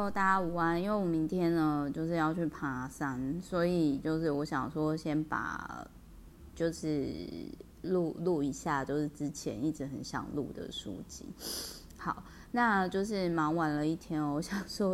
Hello，大家午安。因为我明天呢就是要去爬山，所以就是我想说先把就是录一下，就是之前一直很想录的书籍。好，那就是忙完了一天哦，我想说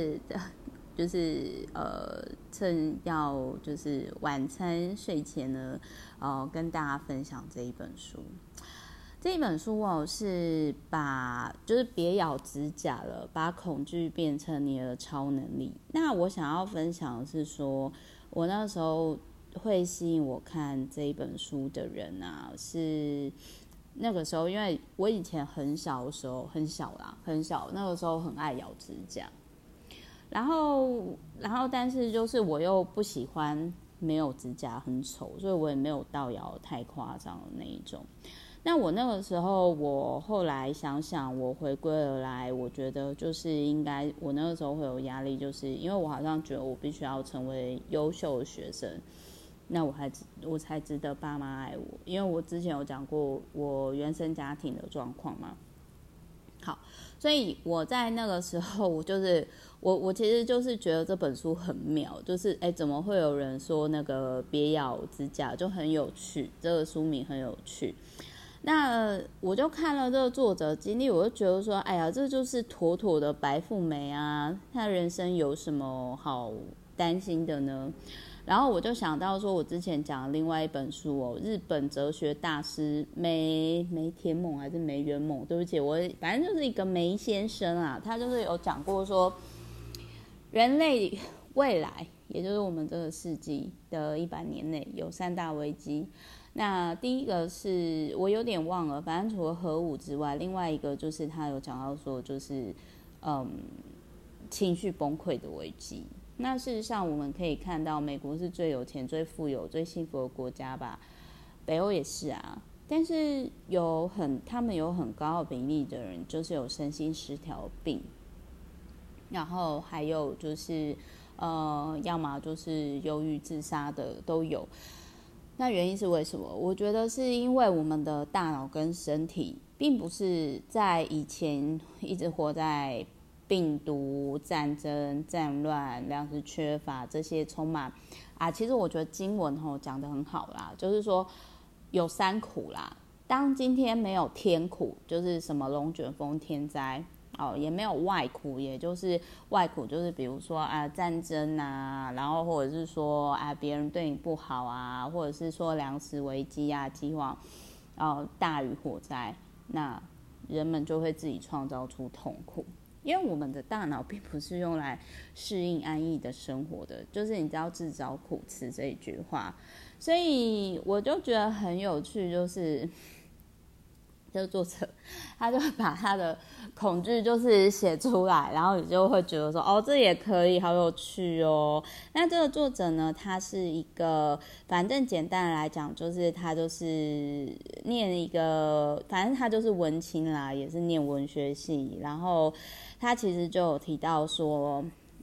趁要就是晚餐睡前呢，跟大家分享这一本书。这一本书是就是别咬指甲了，把恐惧变成你的超能力。那我想要分享的是说，我那时候会吸引我看这一本书的人啊，是那个时候，因为我以前很小的时候，很小，那个时候很爱咬指甲，然后但是就是我又不喜欢没有指甲很丑，所以我也没有到咬得太夸张的那一种。那我那个时候，我后来想想，我回归而来，我觉得就是应该，我那个时候会有压力，就是因为我好像觉得我必须要成为优秀的学生，那我才值得爸妈爱我，因为我之前有讲过我原生家庭的状况嘛。好，所以我在那个时候，我其实就是觉得这本书很妙，就是怎么会有人说那个别咬指甲就很有趣，这个书名很有趣。那我就看了这个作者经历，我就觉得说，哎呀，这就是妥妥的白富美啊，她人生有什么好担心的呢？然后我就想到说，我之前讲的另外一本书日本哲学大师梅田猛还是梅原猛，对不起，我反正就是一个梅先生啊，他就是有讲过说，人类未来，也就是我们这个世纪的100年内有3大危机。那第一个是我有点忘了，反正除了核武之外，另外一个就是他有讲到说，就是情绪崩溃的危机。那事实上我们可以看到，美国是最有钱、最富有、最幸福的国家吧，北欧也是啊。但是他们有很高的比例的人就是有身心失调病，然后还有就是要么就是忧郁自杀的都有。那原因是为什么？我觉得是因为我们的大脑跟身体并不是在以前一直活在病毒、战争、战乱、粮食缺乏这些充满其实我觉得经文讲得很好啦，就是说有3苦啦。当今天没有天苦，就是什么龙卷风、天灾也没有外苦，也就是外苦就是比如说战争啊，然后或者是说别人对你不好啊，或者是说粮食危机啊、饥荒大雨火灾，那人们就会自己创造出痛苦。因为我们的大脑并不是用来适应安逸的生活的，就是你知道自找苦吃这一句话，所以我就觉得很有趣，就是这个作者他就把他的恐惧就是写出来，然后你就会觉得说这也可以，好有趣哦。那这个作者呢，他是一个，反正简单的来讲，就是他就是念一个，反正他就是文青啦，也是念文学系，然后他其实就有提到说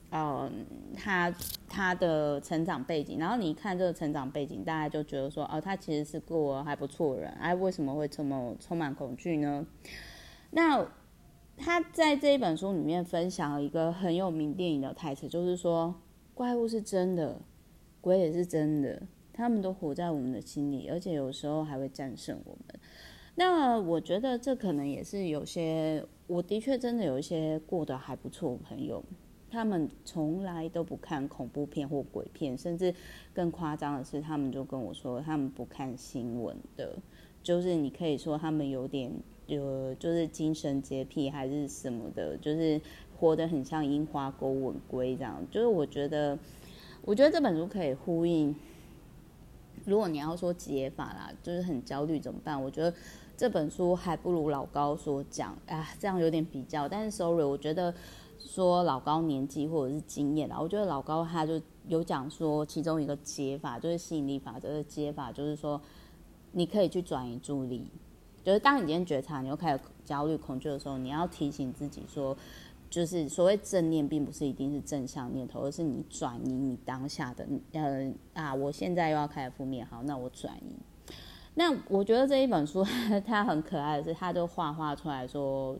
他的成长背景，然后你一看这个成长背景，大家就觉得说他其实是过还不错的人，为什么会这么充满恐惧呢？那他在这一本书里面分享了一个很有名电影的台词，就是说怪物是真的，鬼也是真的，他们都活在我们的心里，而且有时候还会战胜我们。那我觉得这可能也是我的确真的有一些过得还不错的朋友，他们从来都不看恐怖片或鬼片，甚至更夸张的是，他们就跟我说他们不看新闻的，就是你可以说他们有点就是精神洁癖还是什么的，就是活得很像樱花钩吻龟这样。就是我觉得这本书可以呼应，如果你要说解法啦，就是很焦虑怎么办？我觉得这本书还不如老高所讲这样有点比较，但是 sorry， 我觉得说老高年纪或者是经验啦，我觉得老高他就有讲说其中一个解法就是吸引力法则的解法，就是说你可以去转移注意力，就是当你今天觉察你又开始焦虑恐惧的时候，你要提醒自己说，就是所谓正念并不是一定是正向念头，而是你转移你当下的我现在又要开始负面，好，那我转移。那我觉得这一本书它很可爱的是，它就画出来说，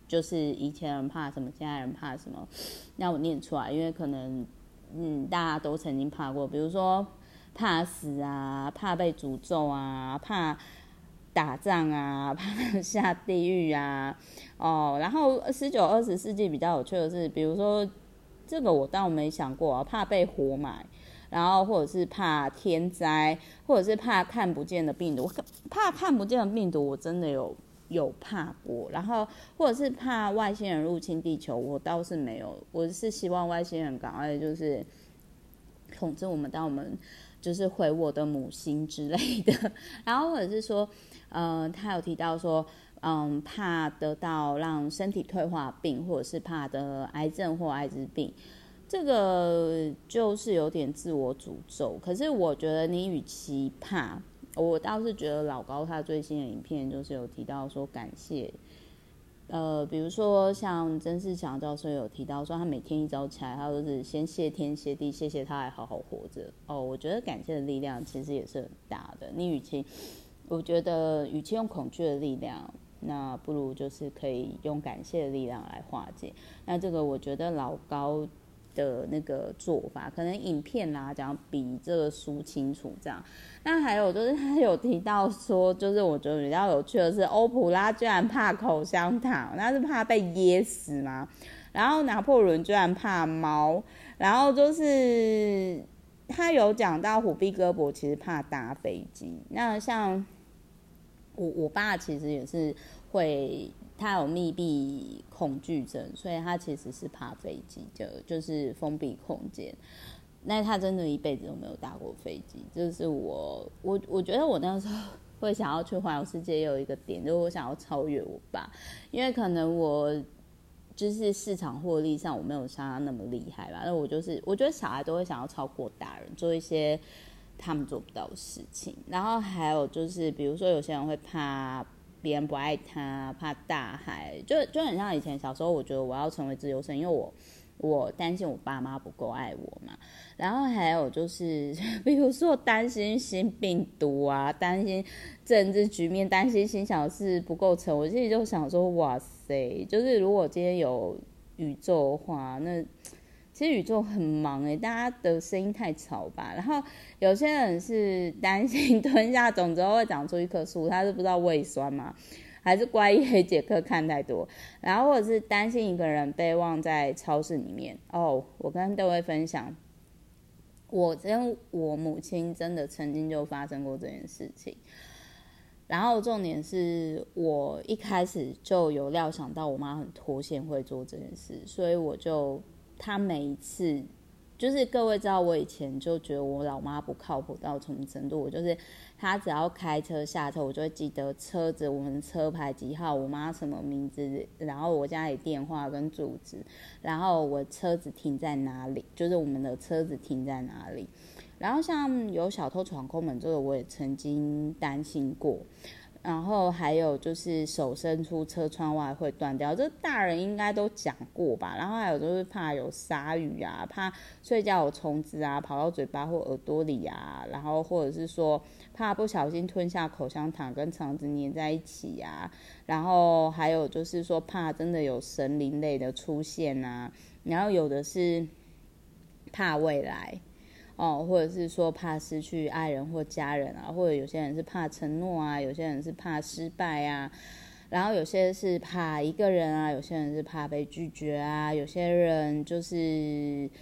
就是以前人怕什么，现在人怕什么，那我念出来，因为可能大家都曾经怕过，比如说怕死啊，怕被诅咒啊，怕打仗啊，怕下地狱啊，然后19、20世纪比较有趣的是，比如说这个我倒没想过啊，怕被活埋。然后或者是怕天灾，或者是怕看不见的病毒。怕看不见的病毒，我真的有怕过。然后或者是怕外星人入侵地球，我倒是没有。我是希望外星人赶快就是统治我们，当我们就是回我的母星之类的。然后或者是说，他有提到说，怕得到让身体退化病，或者是怕得癌症或艾滋病。这个就是有点自我诅咒，可是我觉得你与其怕，我倒是觉得老高他最新的影片就是有提到说感谢，比如说像曾仕强教授有提到说他每天一早起来，他都是先谢天谢地，谢谢他还好好活着。我觉得感谢的力量其实也是很大的。我觉得与其用恐惧的力量，那不如就是可以用感谢的力量来化解。那这个我觉得老高的那个做法，可能影片啦讲比这个书清楚这样。那还有就是他有提到说，就是我觉得比较有趣的是，欧普拉居然怕口香糖，那是怕被噎死吗？然后拿破仑居然怕猫，然后就是他有讲到虎臂哥伯其实怕搭飞机。那像我爸其实也是会。他有密闭恐惧症，所以他其实是怕飞机的，就是封闭空间。那他真的一辈子都没有搭过飞机，这是我觉得我那时候会想要去环游世界，也有一个点，就是我想要超越我爸，因为可能我就是市场获利上我没有像他那么厉害吧。那我觉得小孩都会想要超过大人，做一些他们做不到的事情。然后还有就是，比如说有些人会怕别人不爱他，怕大海，就很像以前小时候，我觉得我要成为自由身，因为我担心我爸妈不够爱我嘛。然后还有就是，比如说担心新病毒啊，担心政治局面，担心心想事不够成，我自己就想说，哇塞，就是如果今天有宇宙的话，那其实宇宙很忙大家的声音太吵吧。然后有些人是担心吞下种子后会长出一棵树，他是不知道胃酸吗？还是怪异黑杰克看太多？然后或者是担心一个人被忘在超市里面。我跟各位分享，我跟我母亲真的曾经就发生过这件事情。然后重点是我一开始就有料想到我妈很脱线会做这件事，所以她每一次就是各位知道我以前就觉得我老妈不靠谱到什么程度，我就是她只要开车下车，我就会记得车子，我们车牌几号，我妈什么名字，然后我家里电话跟住址，然后我车子停在哪里，就是我们的车子停在哪里。然后像有小偷闯空门这个我也曾经担心过。然后还有就是手伸出车窗外会断掉，这大人应该都讲过吧。然后还有就是怕有鲨鱼啊，怕睡觉有虫子啊跑到嘴巴或耳朵里啊，然后或者是说怕不小心吞下口香糖跟肠子粘在一起啊，然后还有就是说怕真的有神灵类的出现啊，然后有的是怕未来。或者是说怕失去爱人或家人啊，或者有些人是怕承诺啊，有些人是怕失败啊，然后有些是怕一个人啊，有些人是怕被拒绝啊，有些人就是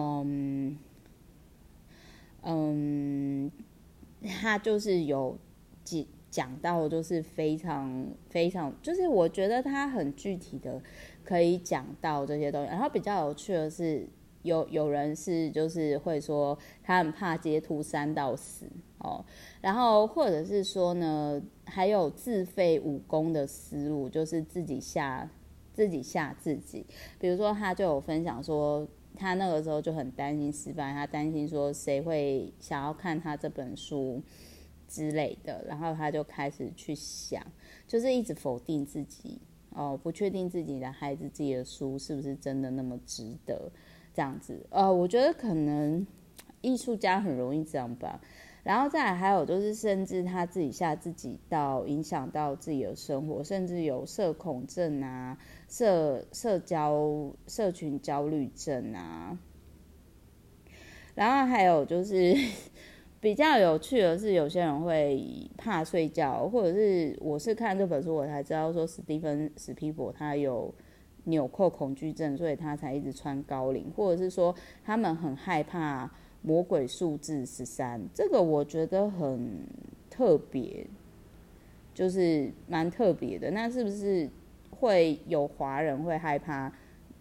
他就是有讲到就是非常非常，就是我觉得他很具体的可以讲到这些东西。然后比较有趣的是有人是就是会说他很怕截图删到死然后或者是说呢，还有自废武功的思路，就是自己吓自己。比如说他就有分享说，他那个时候就很担心失败，他担心说谁会想要看他这本书之类的，然后他就开始去想，就是一直否定自己不确定自己的孩子自己的书是不是真的那么值得这样子我觉得可能艺术家很容易这样吧。 然后再来还有就是甚至他自己吓自己到影响到自己的生活，甚至有社恐症啊、社群焦虑症啊。然后还有就是比较有趣的是，有些人会怕睡觉，或者是我是看这本书我才知道说史皮伯他有纽扣恐惧症，所以他才一直穿高领，或者是说他们很害怕魔鬼数字13，这个我觉得很特别，就是蛮特别的。那是不是会有华人会害怕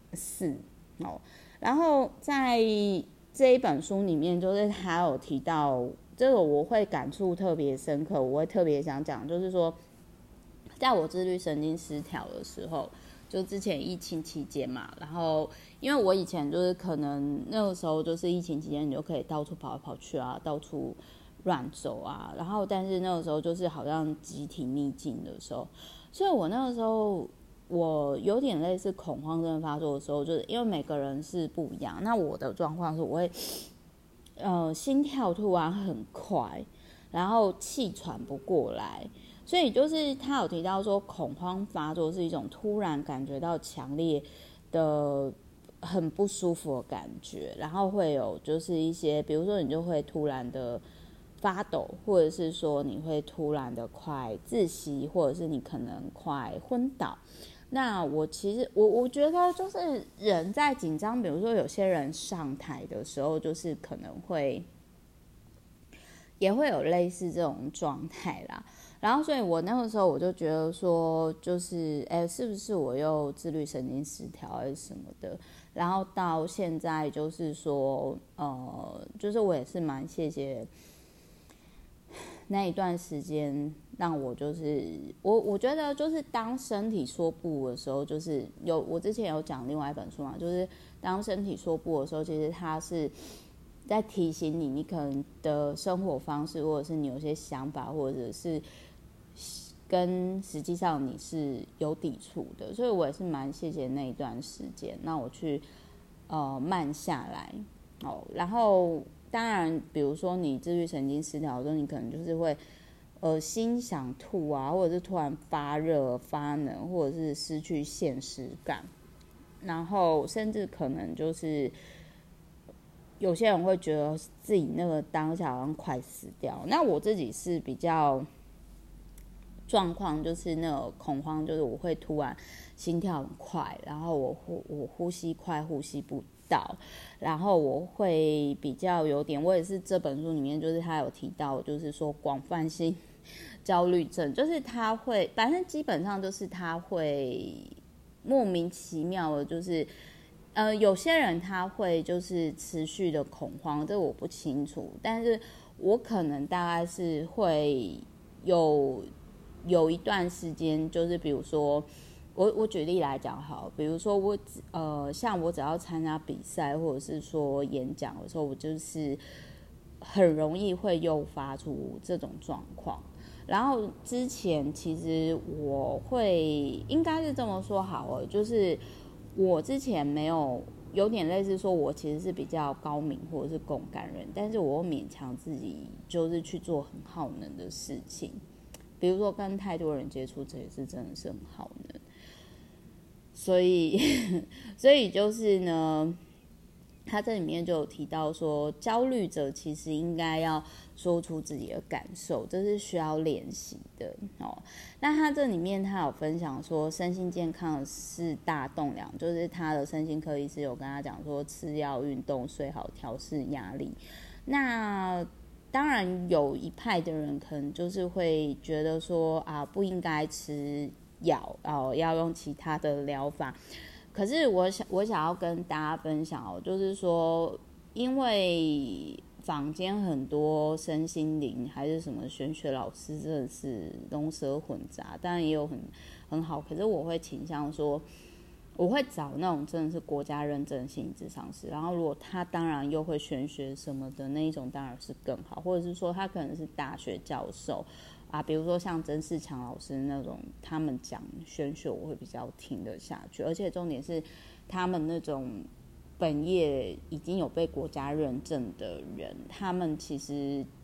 4？然后在这一本书里面，就是他有提到这个，我会感触特别深刻，我会特别想讲，就是说，在我自律神经失调的时候，就之前疫情期间嘛，然后因为我以前就是可能那个时候就是疫情期间，你就可以到处跑来跑去啊，到处乱走啊，然后但是那个时候就是好像集体逆境的时候，所以我那个时候我有点类似恐慌症发作的时候，就是因为每个人是不一样。那我的状况是，我会心跳突然很快，然后气喘不过来。所以就是他有提到说，恐慌发作是一种突然感觉到强烈的很不舒服的感觉，然后会有就是一些，比如说你就会突然的发抖，或者是说你会突然的快窒息，或者是你可能快昏倒。那我其实我觉得就是人在紧张，比如说有些人上台的时候，就是可能会也会有类似这种状态啦。然后所以我那个时候我就觉得说，就是是不是我又自律神经失调还是什么的。然后到现在就是说就是我也是蛮谢谢那一段时间让我就是我觉得就是当身体说不的时候，就是我之前有讲另外一本书嘛，就是当身体说不的时候，其实它是在提醒你可能的生活方式，或者是你有些想法，或者是跟实际上你是有抵触的。所以我也是蛮谢谢那一段时间让我去慢下来然后当然比如说你自律神经失调的时候，你可能就是会恶心想吐啊，或者是突然发热发冷，或者是失去现实感，然后甚至可能就是有些人会觉得自己那个当下好像快死掉。那我自己是比较状况就是那个恐慌，就是我会突然心跳很快，然后我呼吸快，呼吸不到，然后我会比较有点，我也是这本书里面就是他有提到，就是说广泛性焦虑症，就是他会，反正基本上就是他会莫名其妙的，就是有些人他会就是持续的恐慌，这我不清楚，但是我可能大概是会有一段时间，就是比如说我举例来讲好，比如说像我只要参加比赛或者是说演讲的时候，我就是很容易会诱发出这种状况。然后之前其实我会应该是这么说好了，就是我之前没有点类似说我其实是比较高敏或者是共感人，但是我又勉强自己就是去做很耗能的事情，比如说跟太多人接触，这也是真的是很耗能。所以就是呢，他这里面就有提到说，焦虑者其实应该要说出自己的感受，这是需要练习的那他这里面他有分享说，身心健康是大栋梁，就是他的身心科医师有跟他讲说，吃药、运动、睡好、调适压力。那当然有一派的人可能就是会觉得说不应该吃药要用其他的疗法。可是我想要跟大家分享就是说，因为坊间很多身心灵还是什么玄学老师真的是龙蛇混杂，当然也有很好，可是我会倾向说，我会找那种真的是国家认证心理咨商师，然后如果他当然又会玄学什么的那一种当然是更好，或者是说他可能是大学教授比如说像曾仕强老师那种，他们讲玄学我会比较听得下去，而且重点是他们那种本业已经有被国家认证的人，他们其实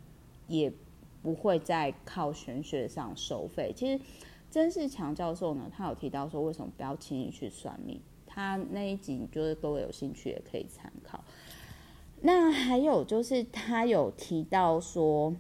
也不会再靠玄学上收费。其实曾仕强教授呢，他有提到说为什么不要轻易去算命，他那一集就是各位有兴趣也可以参考。那还有就是他有提到说，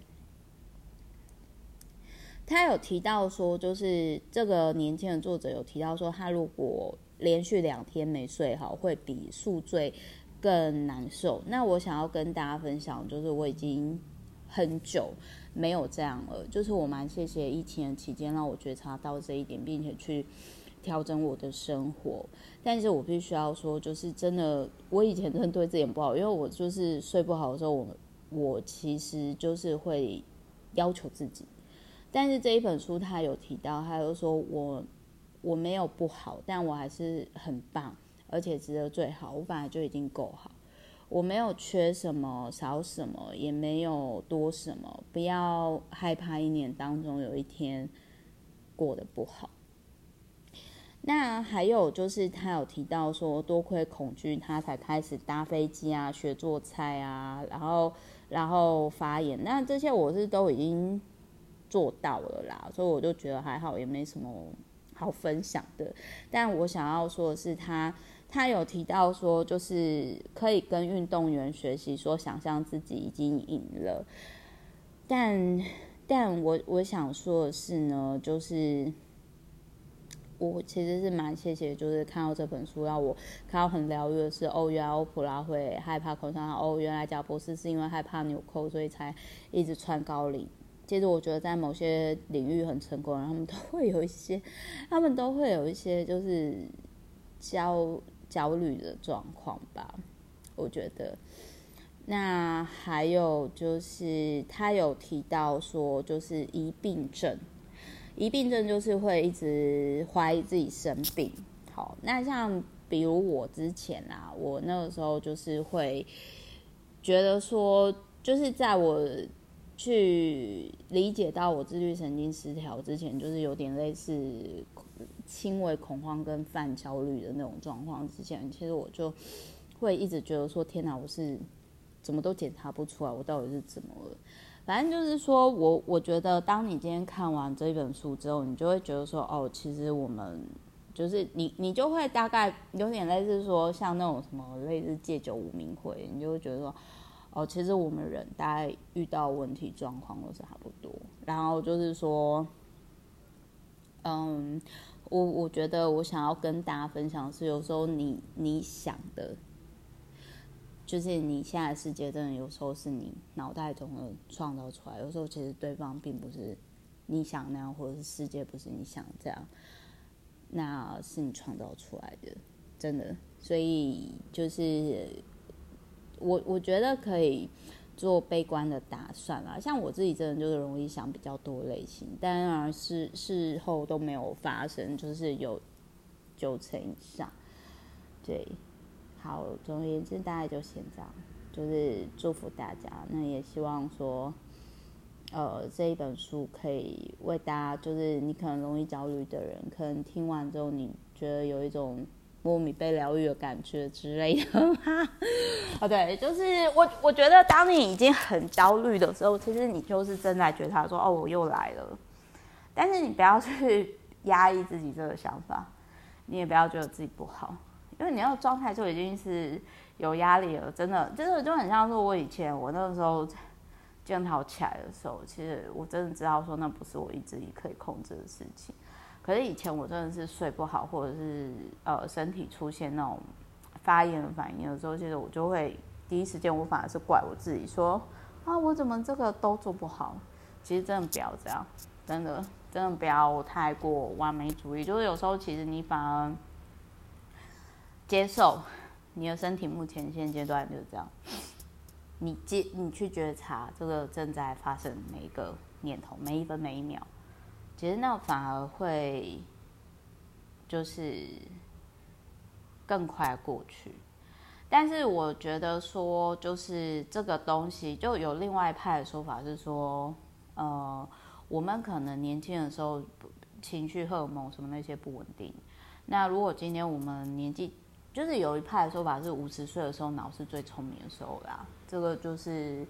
就是这个年轻的作者有提到说，他如果连续2天没睡好，会比宿醉更难受。那我想要跟大家分享，就是我已经很久没有这样了，就是我蛮谢谢疫情的期间让我觉察到这一点，并且去调整我的生活。但是我必须要说，就是真的，我以前真的对自己很不好，因为我就是睡不好的时候，我其实就是会要求自己。但是这一本书他有提到，他就说我没有不好，但我还是很棒，而且值得最好。我本来就已经够好，我没有缺什么少什么，也没有多什么。不要害怕1年当中有一天过得不好。那还有就是他有提到说，多亏恐惧，他才开始搭飞机啊，学做菜啊，然后发言。那这些我是都已经做到了啦，所以我就觉得还好，也没什么好分享的。但我想要说的是他有提到说，就是可以跟运动员学习，说想象自己已经赢了。但我想说的是呢，就是我其实是蛮谢谢，就是看到这本书让我看到很疗愈的是，原来欧普拉会害怕口腔，原来贾博士是因为害怕纽扣，所以才一直穿高领。其实我觉得在某些领域很成功的人，他们都会有一些就是焦虑的状况吧，我觉得。那还有就是他有提到说，就是疑病症就是会一直怀疑自己生病。好，那像比如我之前啊，我那个时候就是会觉得说，就是在我去理解到我自律神经失调之前，就是有点类似轻微恐慌跟泛焦虑的那种状况之前，其实我就会一直觉得说，天哪，我是怎么都检查不出来我到底是怎么了。反正就是说我觉得当你今天看完这一本书之后，你就会觉得说，其实我们就是你就会大概有点类似说像那种什么类似戒酒无名会，你就会觉得说，其实我们人大概遇到问题状况都是差不多。然后就是说，我觉得我想要跟大家分享的是，有时候你想的，就是你现在的世界真的有时候是你脑袋中的创造出来，有时候其实对方并不是你想那样，或者是世界不是你想这样，那是你创造出来的，真的。所以就是我觉得可以做悲观的打算啦，像我自己真的就是容易想比较多类型，当然事后都没有发生，就是有90%以上，对。好，总而言之，大概就先这样，就是祝福大家。那也希望说，这一本书可以为大家，就是你可能容易焦虑的人，可能听完之后，你觉得有一种莫名被疗愈的感觉之类的对，就是我觉得当你已经很焦虑的时候，其实你就是正在觉察说，我又来了。但是你不要去压抑自己这个想法，你也不要觉得自己不好。因为你那个状态就已经是有压力了，真的就很像是我以前我那个时候检讨起来的时候，其实我真的知道说那不是我意志力可以控制的事情。可是以前我真的是睡不好，或者是身体出现那种发炎的反应的时候，其实我就会第一时间我反而是怪我自己说，我怎么这个都做不好。其实真的不要这样，真的不要太过完美主义。就是有时候其实你反而接受你的身体目前现阶段就是这样，你去觉察这个正在发生每一个念头，每一分每一秒，其实那反而会就是更快过去。但是我觉得说，就是这个东西就有另外一派的说法是说，我们可能年轻的时候情绪荷尔蒙什么那些不稳定，那如果今天我们年纪，就是有一派的说法是50岁的时候脑是最聪明的时候啦，这个就是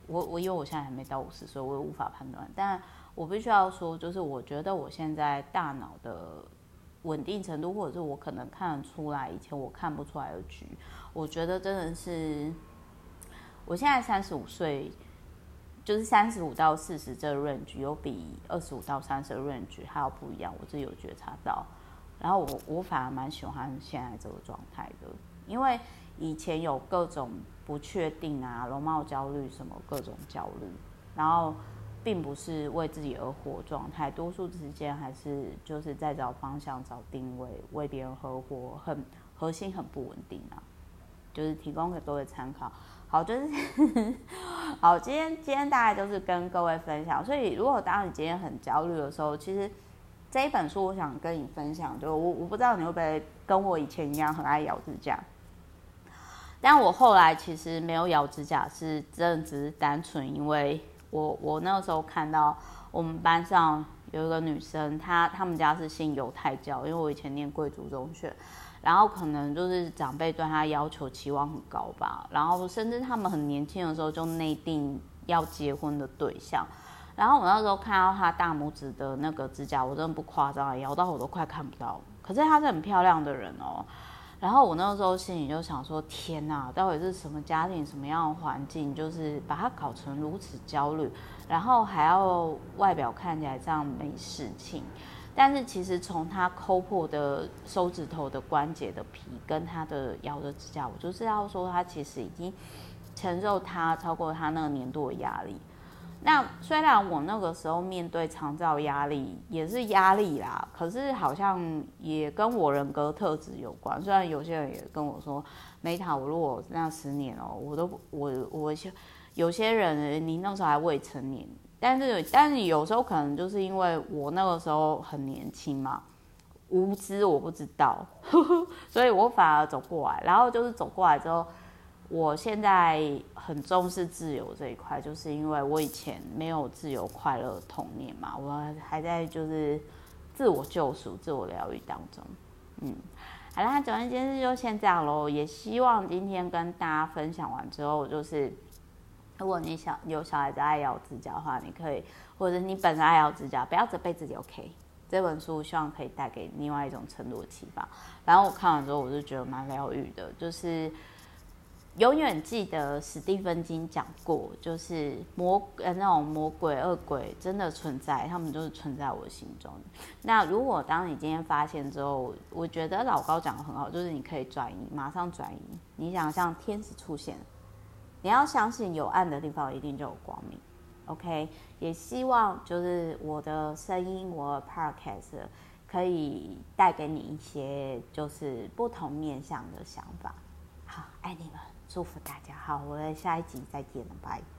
我因为我现在还没到50岁，我也无法判断。但我必须要说，就是我觉得我现在大脑的稳定程度，或者是我可能看得出来以前我看不出来的局，我觉得真的是我现在35岁，就是35到40这个 range 有比25到30的 range 还要不一样，我自己有觉察到。然后我反而蛮喜欢现在这个状态的，因为以前有各种不确定啊、容貌焦虑什么各种焦虑，然后并不是为自己而活状态，多数时间还是就是在找方向、找定位，为别人而活，核心很不稳定啊，就是提供给各位参考。好，就是好，今天大概就是跟各位分享。所以，如果当你今天很焦虑的时候，其实这一本书我想跟你分享，就我不知道你会不会跟我以前一样很爱咬指甲，但我后来其实没有咬指甲，是真的只是单纯因为我那个时候看到我们班上有一个女生，他们家是信犹太教，因为我以前念贵族中学。然后可能就是长辈对他要求期望很高吧，然后甚至他们很年轻的时候就内定要结婚的对象。然后我那时候看到他大拇指的那个指甲，我真的不夸张，咬到我都快看不到。可是他是很漂亮的人哦。然后我那时候心里就想说，天哪，到底是什么家庭、什么样的环境，就是把他搞成如此焦虑，然后还要外表看起来这样没事情。但是其实从他抠破的手指头的关节的皮跟他的咬的指甲，我就知道说他其实已经承受他超过他那个年度的压力。那虽然我那个时候面对长照压力也是压力啦，可是好像也跟我人格特质有关。虽然有些人也跟我说，Meta，我如果那10年哦，我有些人你那时候还未成年。但是有时候可能就是因为我那个时候很年轻嘛，无知我不知道，所以我反而走过来。然后就是走过来之后，我现在很重视自由这一块，就是因为我以前没有自由快乐的童年嘛，我还在就是自我救赎、自我疗愈当中。好啦，总而言之就先这样咯。也希望今天跟大家分享完之后，就是如果你有小孩子爱咬指甲的话，你可以，或者你本身爱咬指甲，不要责备自己 ，OK？ 这本书希望可以带给另外一种程度的启发。然后我看完之后，我就觉得蛮疗愈的，就是永远记得史蒂芬金讲过，就是那种魔鬼、恶鬼真的存在，他们就是存在我的心中。那如果当你今天发现之后，我觉得老高讲得很好，就是你可以转移，马上转移。你想象天使出现，你要相信有暗的地方一定就有光明 ，OK？ 也希望就是我的声音，我的 podcast 可以带给你一些就是不同面向的想法。好，爱你们，祝福大家。好，我们下一集再见了，拜。